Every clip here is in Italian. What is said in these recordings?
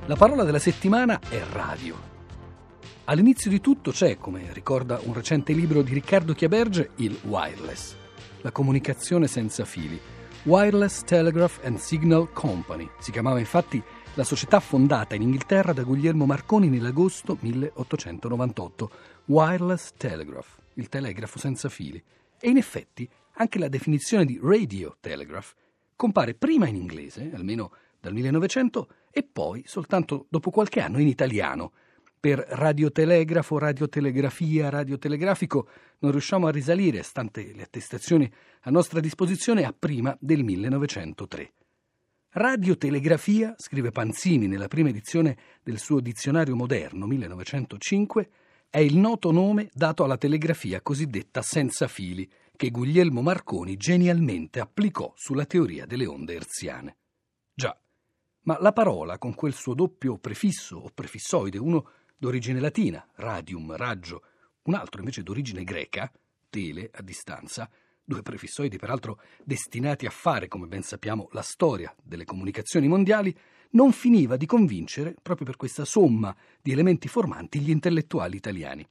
La parola della settimana è radio. All'inizio di tutto c'è, come ricorda un recente libro di Riccardo Chiaberge, il wireless, la comunicazione senza fili. Wireless Telegraph and Signal Company. Si chiamava infatti la società fondata in Inghilterra da Guglielmo Marconi nell'agosto 1898. Wireless Telegraph, il telegrafo senza fili. E in effetti anche la definizione di radio telegraph compare prima in inglese, almeno dal 1900, e poi soltanto dopo qualche anno in italiano. Per radiotelegrafo, radiotelegrafia, radiotelegrafico non riusciamo a risalire, stante le attestazioni a nostra disposizione, a prima del 1903. Radiotelegrafia, scrive Panzini nella prima edizione del suo Dizionario moderno, 1905, è il noto nome dato alla telegrafia cosiddetta senza fili, che Guglielmo Marconi genialmente applicò sulla teoria delle onde hertziane. Già, ma la parola, con quel suo doppio prefisso o prefissoide, uno d'origine latina, radium, raggio, un altro invece d'origine greca, tele, a distanza, due prefissoidi peraltro destinati a fare, come ben sappiamo, la storia delle comunicazioni mondiali, non finiva di convincere, proprio per questa somma di elementi formanti, gli intellettuali italiani.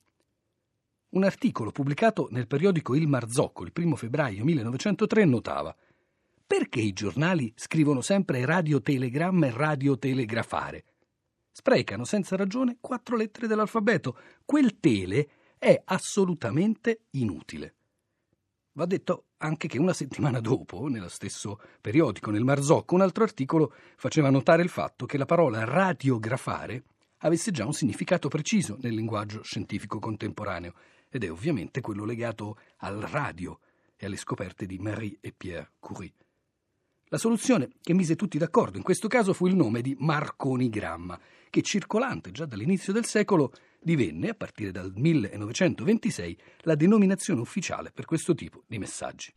Un articolo pubblicato nel periodico Il Marzocco il 1 febbraio 1903 notava: perché i giornali scrivono sempre radiotelegramma e radiotelegrafare? Sprecano senza ragione 4 lettere dell'alfabeto. Quel tele è assolutamente inutile. Va detto anche che una settimana dopo, nello stesso periodico, nel Marzocco, un altro articolo faceva notare il fatto che la parola radiografare avesse già un significato preciso nel linguaggio scientifico contemporaneo, ed è ovviamente quello legato al radio e alle scoperte di Marie e Pierre Curie. La soluzione che mise tutti d'accordo in questo caso fu il nome di marconigramma, che circolante già dall'inizio del secolo divenne, a partire dal 1926, la denominazione ufficiale per questo tipo di messaggi.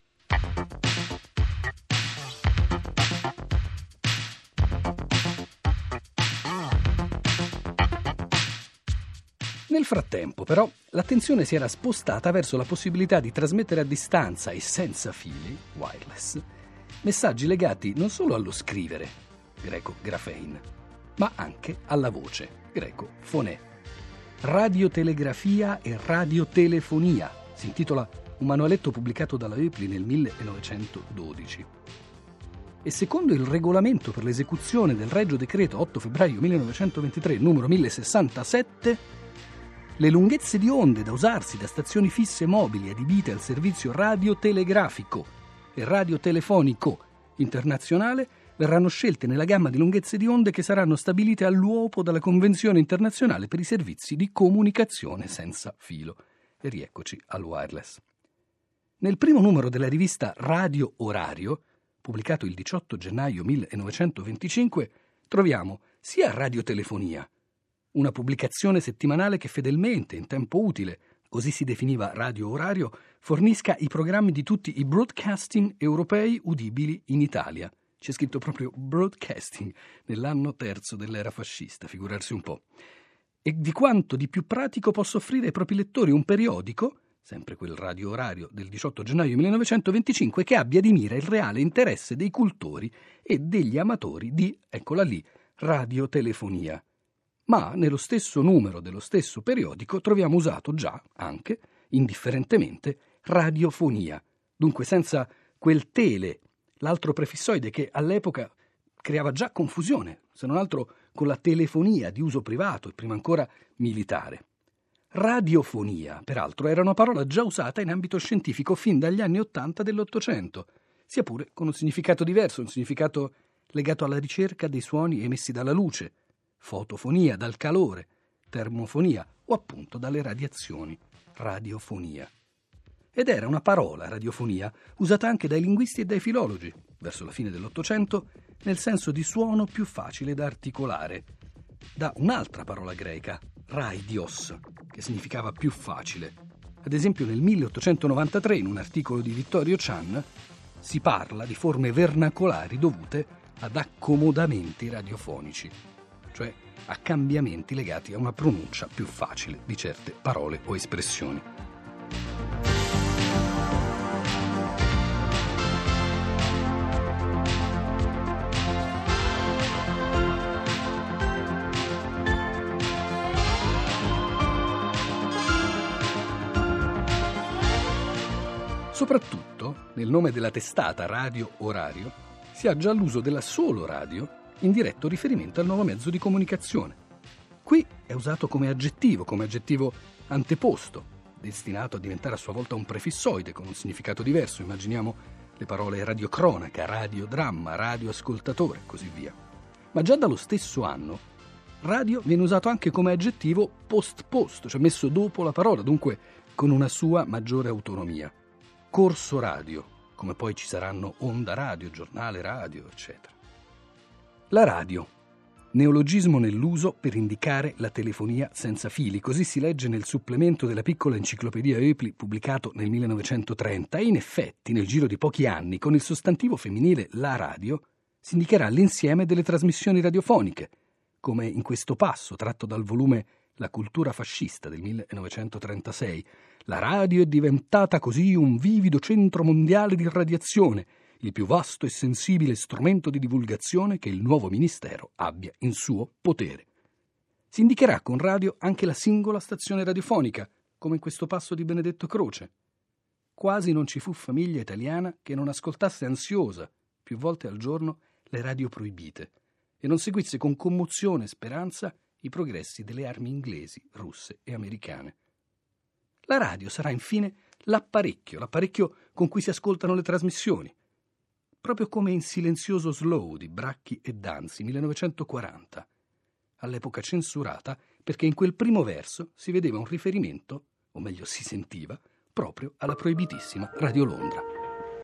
Nel frattempo, però, l'attenzione si era spostata verso la possibilità di trasmettere a distanza e senza fili, wireless, messaggi legati non solo allo scrivere, greco grafein, ma anche alla voce, greco fonè. Radiotelegrafia e radiotelefonia, si intitola un manualetto pubblicato dalla Hoepli nel 1912. E secondo il regolamento per l'esecuzione del Regio Decreto 8 febbraio 1923, numero 1067, le lunghezze di onde da usarsi da stazioni fisse mobili adibite al servizio radiotelegrafico e radiotelefonico internazionale verranno scelte nella gamma di lunghezze di onde che saranno stabilite all'uopo dalla Convenzione internazionale per i servizi di comunicazione senza filo. E rieccoci al wireless. Nel primo numero della rivista Radio Orario, pubblicato il 18 gennaio 1925, troviamo sia radiotelefonia, una pubblicazione settimanale che fedelmente, in tempo utile, così si definiva Radio Orario, fornisca i programmi di tutti i broadcasting europei udibili in Italia. C'è scritto proprio broadcasting nell'anno terzo dell'era fascista, figurarsi un po'. E di quanto di più pratico possa offrire ai propri lettori un periodico, sempre quel Radio Orario del 18 gennaio 1925, che abbia di mira il reale interesse dei cultori e degli amatori di, eccola lì, radiotelefonia. Ma nello stesso numero dello stesso periodico troviamo usato già, anche, indifferentemente, radiofonia, dunque senza quel tele, l'altro prefissoide che all'epoca creava già confusione, se non altro con la telefonia di uso privato e prima ancora militare. Radiofonia, peraltro, era una parola già usata in ambito scientifico fin dagli anni *80 dell'Ottocento, sia pure con un significato diverso, un significato legato alla ricerca dei suoni emessi dalla luce, fotofonia, dal calore, termofonia o appunto dalle radiazioni, radiofonia. Ed era una parola, radiofonia, usata anche dai linguisti e dai filologi, verso la fine dell'Ottocento, nel senso di suono più facile da articolare, da un'altra parola greca, raidios, che significava più facile. Ad esempio nel 1893, in un articolo di Vittorio Chan, si parla di forme vernacolari dovute ad accomodamenti radiofonici, cioè a cambiamenti legati a una pronuncia più facile di certe parole o espressioni. Soprattutto, nel nome della testata Radio Orario, si ha già l'uso della solo radio in diretto riferimento al nuovo mezzo di comunicazione. Qui è usato come aggettivo anteposto, destinato a diventare a sua volta un prefissoide con un significato diverso. Immaginiamo le parole radiocronaca, radiodramma, radioascoltatore, così via. Ma già dallo stesso anno, radio viene usato anche come aggettivo post-post, cioè messo dopo la parola, dunque con una sua maggiore autonomia. Corso radio, come poi ci saranno onda radio, giornale radio, eccetera. La radio, neologismo nell'uso per indicare la telefonia senza fili, così si legge nel supplemento della piccola enciclopedia Hoepli pubblicato nel 1930, e in effetti nel giro di pochi anni con il sostantivo femminile la radio si indicherà l'insieme delle trasmissioni radiofoniche, come in questo passo tratto dal volume La cultura fascista del 1936. La radio è diventata così un vivido centro mondiale di radiazione, il più vasto e sensibile strumento di divulgazione che il nuovo ministero abbia in suo potere. Si indicherà con radio anche la singola stazione radiofonica, come in questo passo di Benedetto Croce. Quasi non ci fu famiglia italiana che non ascoltasse ansiosa, più volte al giorno, le radio proibite e non seguisse con commozione e speranza i progressi delle armi inglesi, russe e americane. La radio sarà infine l'apparecchio con cui si ascoltano le trasmissioni, proprio come in Silenzioso Slow di Bracchi e Danzi, 1940, all'epoca censurata perché in quel primo verso si vedeva un riferimento, o meglio si sentiva, proprio alla proibitissima Radio Londra.